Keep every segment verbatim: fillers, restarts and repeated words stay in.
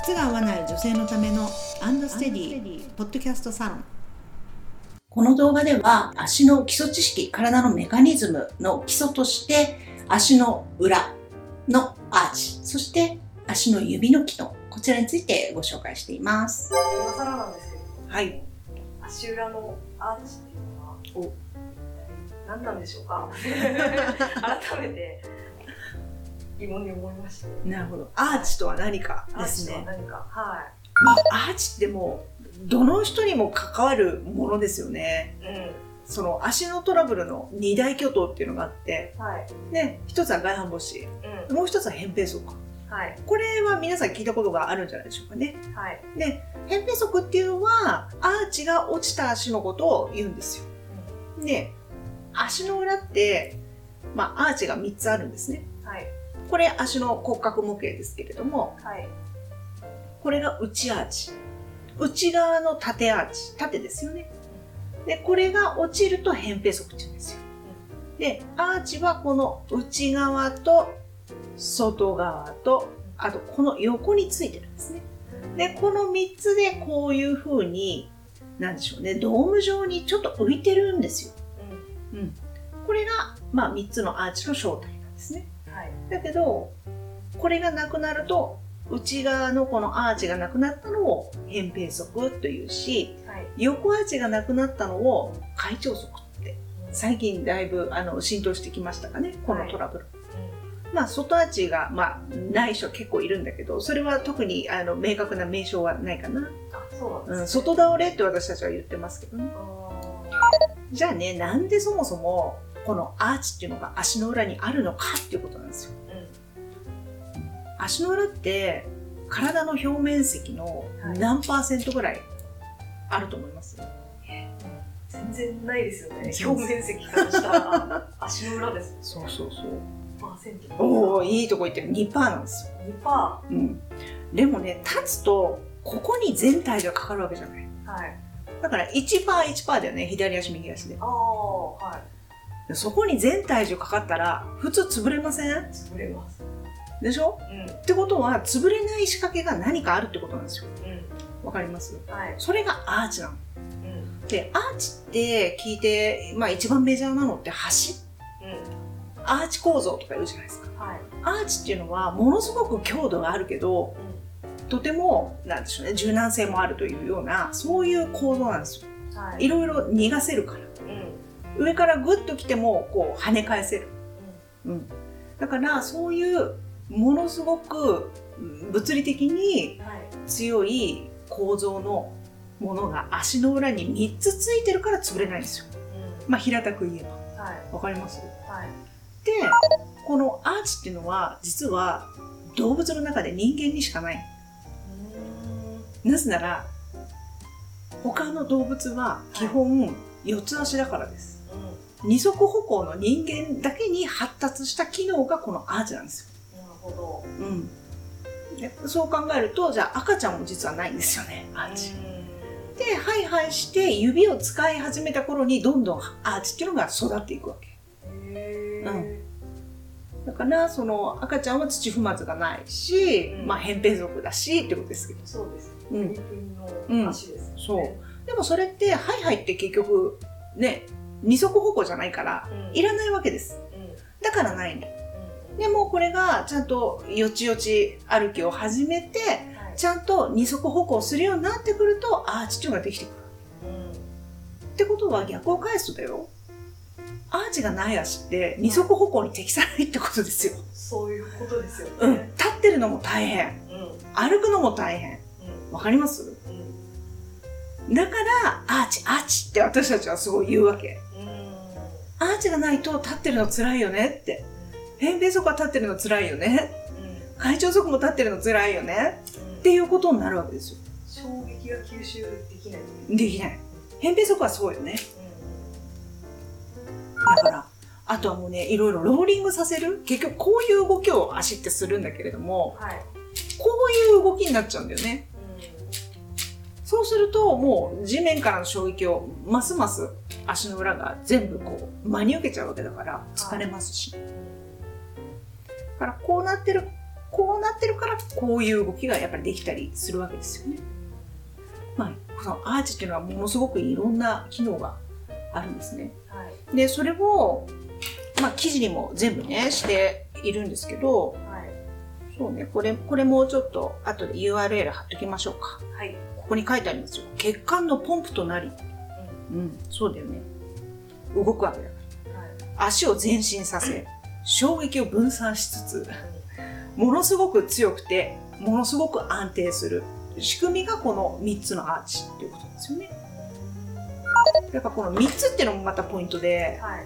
靴が合わない女性のためのアンドステディポッドキャストサロン。この動画では足の基礎知識、体のメカニズムの基礎として足の裏のアーチ、そして足の指の機能、こちらについてご紹介しています。 今更なんですけど、 はい、 足裏のアーチっていうのは何なんでしょうか改めて疑問に思いました。 なるほど。アーチとは何かですね。 アーチとは何か、はい。 まあ、アーチってもうどの人にも関わるものですよね。うん、その足のトラブルの二大巨頭っていうのがあって、はい、で一つは外反母趾、うん、もう一つは扁平足。はい、これは皆さん聞いたことがあるんじゃないでしょうかね。はい、で扁平足っていうのはアーチが落ちた足のことを言うんですよ。うん、で足の裏って、まあ、アーチがみっつあるんですね。はい、これ足の骨格模型ですけれども、はい、これが内アーチ、内側の縦アーチ、縦ですよね。でこれが落ちると扁平足って言うんですよ。でアーチはこの内側と外側と、あとこの横についてるんですね。でこのみっつでこういう風になんでしょうね、ドーム状にちょっと浮いてるんですよ。うんうん、これが、まあ、みっつのアーチの正体なんですね。はい、だけどこれがなくなると内側のこのアーチがなくなったのを扁平足というし、はい、横アーチがなくなったのを開腸足って最近だいぶあの浸透してきましたかね、このトラブル。はい、まあ、外アーチが、まあ、ない人結構いるんだけど、それは特にあの明確な名称はないかな。あ、そうなんですね。うん、外倒れって私たちは言ってますけどね。じゃあね、なんでそもそもこのアーチっていうのが足の裏にあるのかっていうことなんですよ。うん、足の裏って体の表面積の何パーセントぐらいあると思います？はい、 全然ないですよね。表面積からしたら足の裏です。 そうそうそう。 パーセント。 おお、いいとこ言ってる。にパーセントなんですよ。 にパーセント。 うん。でもね、立つとここに全体重がかかるわけじゃない。はい。だから いちパーセント、いちパーセント だよね、左足右足で。ああ、はい。そこに全体重かかったら普通潰れません？ 潰れます。 でしょ？うん。ってことは潰れない仕掛けが何かあるってことなんですよ。うん。わかります？はい。それがアーチなの。うん。で、アーチって聞いて、まあ一番メジャーなのって橋。うん。アーチ構造とか言うじゃないですか。はい。アーチっていうのはものすごく強度があるけど、うん、とてもなんでしょうね、柔軟性もあるというようなそういう構造なんですよ。はい。いろいろ逃がせるから。うん。上からグッと来てもこう跳ね返せる。うん。うん。だからそういうものすごく物理的に強い構造のものが足の裏にみっつついてるから潰れないんですよ。うん、まあ平たく言えば。はい、わかります？はい、で、このアーチっていうのは実は動物の中で人間にしかない。うん、なぜなら他の動物は基本四つ足だからです。うん、二足歩行の人間だけに発達した機能がこのアーチなんですよ。なるほど。うん。でそう考えると、じゃあ赤ちゃんも実はないんですよね、アーチ。で、ハイハイして指を使い始めた頃にどんどんアーチっていうのが育っていくわけ。へー。うん。だからその赤ちゃんは土踏まずがないし、うん、まあ扁平足だしってことですけど。 そうです。うん。の足です、ね。うん。そう。 でもそれってハイハイって結局ね、二足歩行じゃないから、うん、いらないわけです。うん、だからないの。でもこれがちゃんとよちよち歩きを始めて、はい、ちゃんと二足歩行するようになってくるとアーチっていうのができてくる。うん、ってことは逆を返すとだよ。アーチがない足って二足歩行に適さないってことですよ。 そういうことですよね。 うん。立ってるのも大変。うん、歩くのも大変。うん、わかります？うん、だからアーチ、アーチって私たちはすごい言うわけ。うん、アーチがないと立ってるの辛いよねって。扁平足は立ってるの辛いよね、うん、開腸足も立ってるの辛いよね、うん、っていうことになるわけですよ。 衝撃が吸収できないできない。扁平足はそうよね、うん、だからあとはもうね、いろいろローリングさせる、結局こういう動きを足ってするんだけれども、はい、こういう動きになっちゃうんだよね、うん、そうするともう地面からの衝撃をますます足の裏が全部こう真に受けちゃうわけだから疲れますし、はい、だからこうなってる、こうなっってるからこういう動きがやっぱりできたりするわけですよね。まあ、そのアーチっていうのはものすごくいろんな機能があるんですね。はい、でそれを、まあ、記事にも全部ねしているんですけど、はい、そうね、これこれもちょっと後で ユーアールエル 貼っときましょうか。はい、ここに書いてありますよ。血管のポンプとなり、うん、うん、そうだよね。動くわけだから、はい、足を前進させ、衝撃を分散しつつ、ものすごく強くてものすごく安定する仕組みがこのみっつのアーチっていうことですよね。やっぱこのみっつっていうのもまたポイントで、はい、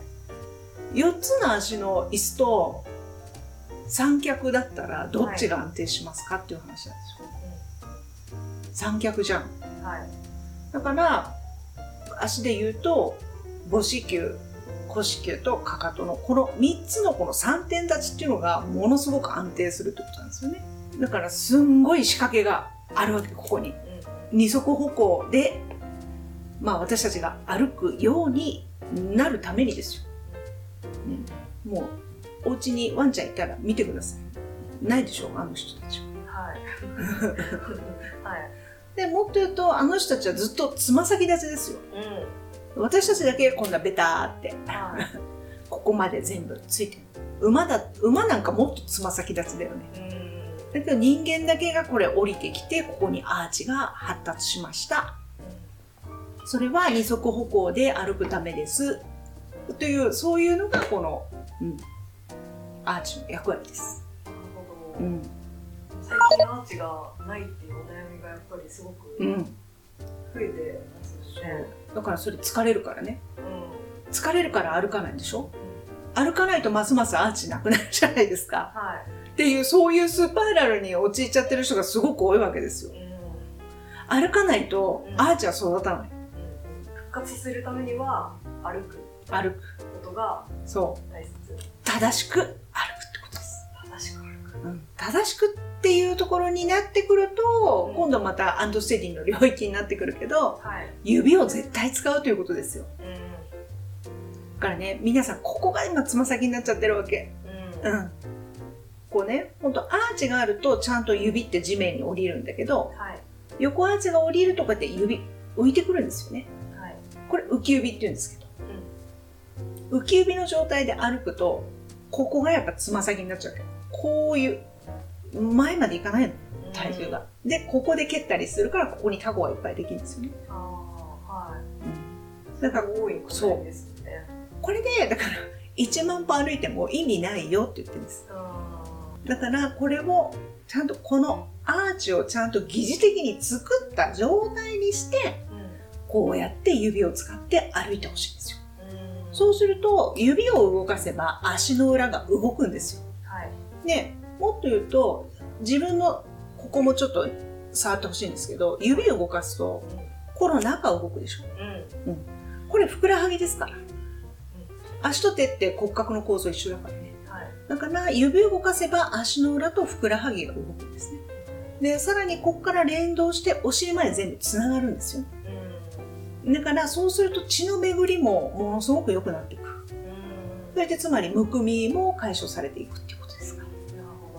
よっつの足の椅子と三脚だったらどっちが安定しますかっていう話なんですよ。はい、三脚じゃん。はい、だから足で言うと母子球、股子球とかかとのこのみっつのこのさんてん立ちっていうのがものすごく安定するってことなんですよね。だからすんごい仕掛けがあるわけ、ここに。二足歩行で、まあ私たちが歩くようになるためにですよ。ね、もう、お家にワンちゃんいたら見てください。ないでしょう、あの人たちは。はい。はい、で、もっと言うと、あの人たちはずっとつま先立ちですよ。うん、私たちだけこんなベターって、はい、ここまで全部ついてる。馬だ、馬なんかもっとつま先立ちだよね。うんだけど人間だけがこれ降りてきてここにアーチが発達しました。それは二足歩行で歩くためですというそういうのがこの、うん、アーチの役割です。なるほど、うん、 最近アーチがないっていうお悩みがやっぱりすごく増えてますよね。 うん、だからそれ疲れるからね、うん、疲れるから歩かないんでしょ、うん、歩かないとますますアーチなくなるじゃないですか。はいっていうそういうスパイラルに陥っちゃってる人がすごく多いわけですよ。うん、歩かないとアーチは育たない。 うん、復活するためには歩く歩くことがそう大切。 正しく歩くってことです。 正しく歩く、 うん、正しくっていうところになってくると、うん、今度またアンドステディの領域になってくるけど、はい、指を絶対使うということですよ。うん、だからね皆さんここが今つま先になっちゃってるわけ。うん、うんこうね、ほんとアーチがあるとちゃんと指って地面に降りるんだけど、はい、横アーチが降りるとかって指浮いてくるんですよね。はい、これ浮き指って言うんですけど、うん、浮き指の状態で歩くとここがやっぱつま先になっちゃうわけ。こういう前までいかないの体重が、うん、でここで蹴ったりするからここにタコがいっぱいできるんですよね。あ、はい、うん、だから多いことですよね。 これでだからいちまん歩歩いても意味ないよって言ってるんです。だからこれをちゃんとこのアーチをちゃんと疑似的に作った状態にして、うん、こうやって指を使って歩いてほしいんですよ。うん、そうすると指を動かせば足の裏が動くんですよ。はい、でもっと言うと自分のここもちょっと触ってほしいんですけど指を動かすと、うん、この中動くでしょ。うんうん、これふくらはぎですから、うん、足と手って骨格の構造一緒だからね。だから指を動かせば足の裏とふくらはぎが動くんですね。でさらにここから連動してお尻まで全部つながるんですよ。だからそうすると血の巡りもものすごく良くなっていく。それでつまりむくみも解消されていくっていうことですから。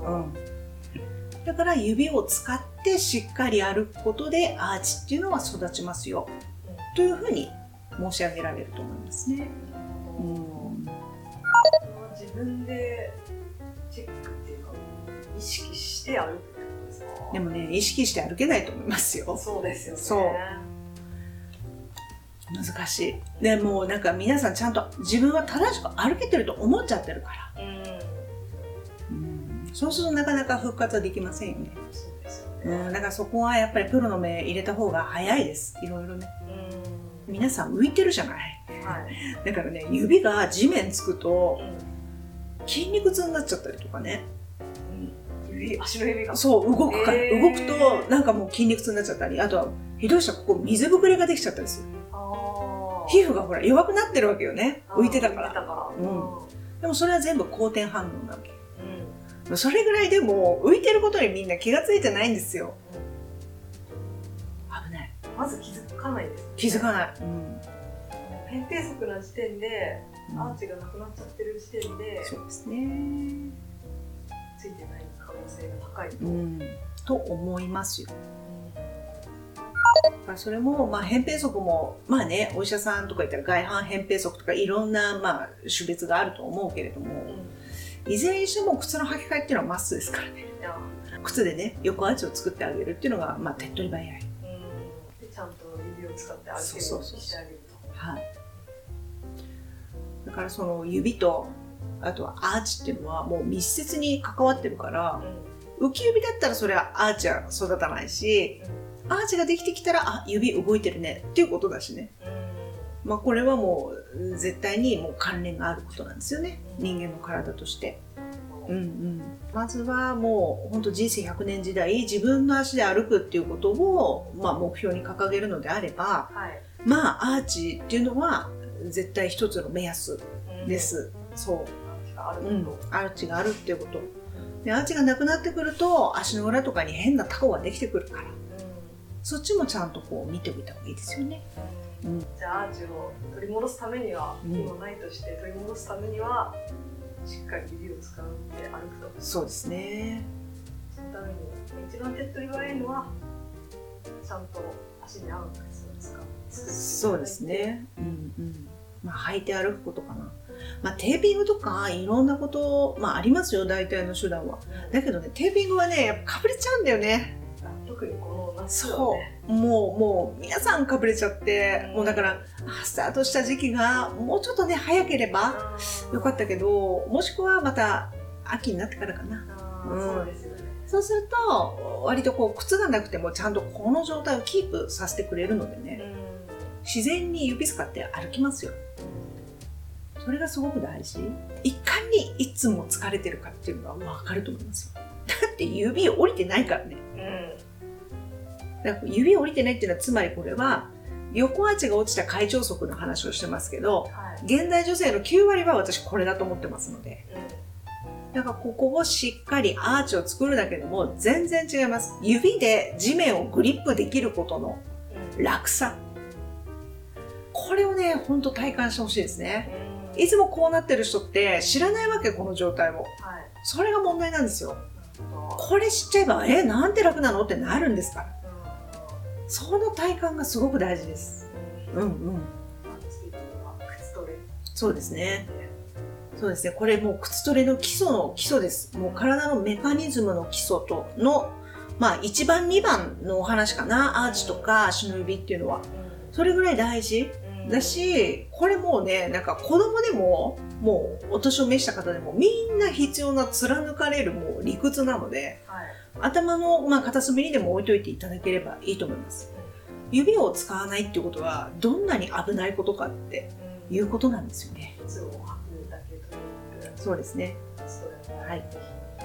うん、だから指を使ってしっかり歩くことでアーチっていうのは育ちますよ、というふうに申し上げられると思いますね。うん、 自分でチェックっていうか意識して歩くってことですか？ でもね、意識して歩けないと思いますよ。 そうですよね。 そう難しい。でもなんか皆さんちゃんと自分は正しく歩けてると思っちゃってるから、うん、うん、そうするとなかなか復活はできませんよね。そうですよね。うん、だからそこはやっぱりプロの目入れた方が早いです。いろいろね。うん、皆さん浮いてるじゃない。はい、だからね、指が地面つくと、うん、筋肉痛になっちゃったりとかね、 うん、指足の指がそう動くから、えー、動くとなんかもう筋肉痛になっちゃったり、あとはひどい人はここ水ぶくれができちゃったりする。あ、皮膚がほら弱くなってるわけよね、浮いてたから。うん、でもそれは全部好転反応なわけ、うん、それぐらいでも浮いてることにみんな気がついてないんですよ、うん、危ない。 まず気づかないです、ね、 気づかない、うん、 扁平足な時点で、アーチがなくなっちゃってる時点で、 そうですね、 ついてない可性が高いと、 うん、と思いますよ。それも、まあ、扁平足も、まあね、お医者さんとか言ったら外反扁平足とかいろんな、まあ、種別があると思うけれども、うん、いずれにしても靴の履き替えっていうのはマストですからね。靴でね、横アーチを作ってあげるっていうのが、まあ、手っ取り早い。うん、 でちゃんと指を使って歩けるようにしてあげると。 はい。だからその指と、あとはアーチっていうのはもう密接に関わってるから、うん、浮き指だったらそれはアーチは育たないし、うん、アーチができてきたら、あ、指動いてるねっていうことだしね。うん、まあこれはもう絶対にもう関連があることなんですよね。うん、人間の体として。うんうん、まずはもう本当人生ひゃくねん時代、自分の足で歩くっていうことを、まあ、目標に掲げるのであれば、はい、まあアーチっていうのは絶対一つの目安です。うん、そう。アーチがあるっていうこと。で、アーチがなくなってくると足の裏とかに変なタコができてくるから、うん、そっちもちゃんとこう見ておいた方がいいですよね。 うん、じゃあアーチを取り戻すためには、意もないとして取り戻すためにはしっかり指を使って歩くと。 そうですね。 そのために一番手っ取り早いのはちゃんと足に合う靴を使う。 そうですね。うんうん。まあ履いて歩くことかな。まあ、テーピングとかいろんなこと、まあ、ありますよ、大体の手段は。うん、だけどね、テーピングはね、やっぱかぶれちゃうんだよね。 特にこの夏はね。 そう。もう、もう、皆さんかぶれちゃって、うん、もうだから、スタートした時期がもうちょっとね、早ければよかったけど、もしくはまた秋になってからかな。 うん、そうですよね。 そうすると、割とこう、靴がなくてもちゃんとこの状態をキープさせてくれるのでね、うん、自然に指使って歩きますよ。それがすごく大事。いかにいつも疲れてるかっていうのは分かると思いますよ。だって指降りてないからね。うん、だから指降りてないっていうのはつまりこれは横アーチが落ちた開腸足の話をしてますけど、はい、現代女性のきゅうわりは私これだと思ってますので、うん、だからここをしっかりアーチを作るだけでも全然違います。指で地面をグリップできることの楽さ、これをねほんと体感してほしいですね。いつもこうなってる人って知らないわけ、この状態を、はい、それが問題なんですよ。これ知っちゃえばえなんて楽なのってなるんですから、うん、その体感がすごく大事です。うんうん、そうですね、そうですね。これもう靴トレの基礎の基礎です。もう体のメカニズムの基礎とのまあいちばんにばんのお話かな。アーチとか足の指っていうのはそれぐらい大事だし、これもうね、なんか子供でももうお年を召した方でもみんな必要な貫かれるもう理屈なので、はい、頭の、まあ、片隅にでも置いといていただければいいと思います。うん、指を使わないっていうことはどんなに危ないことかっていうことなんですよね。 靴を履くだけという。 そうですね。はい。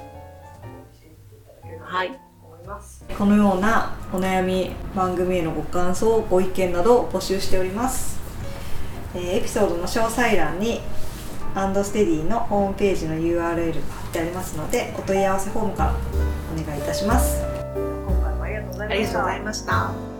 はい。 このようなお悩み、番組へのご感想、ご意見などを募集しております。エピソードの詳細欄にアンドステディのホームページの ユーアールエルが貼ってありますので、お問い合わせフォームからお願いいたします。今回もありがとうございました。 ありがとうございました。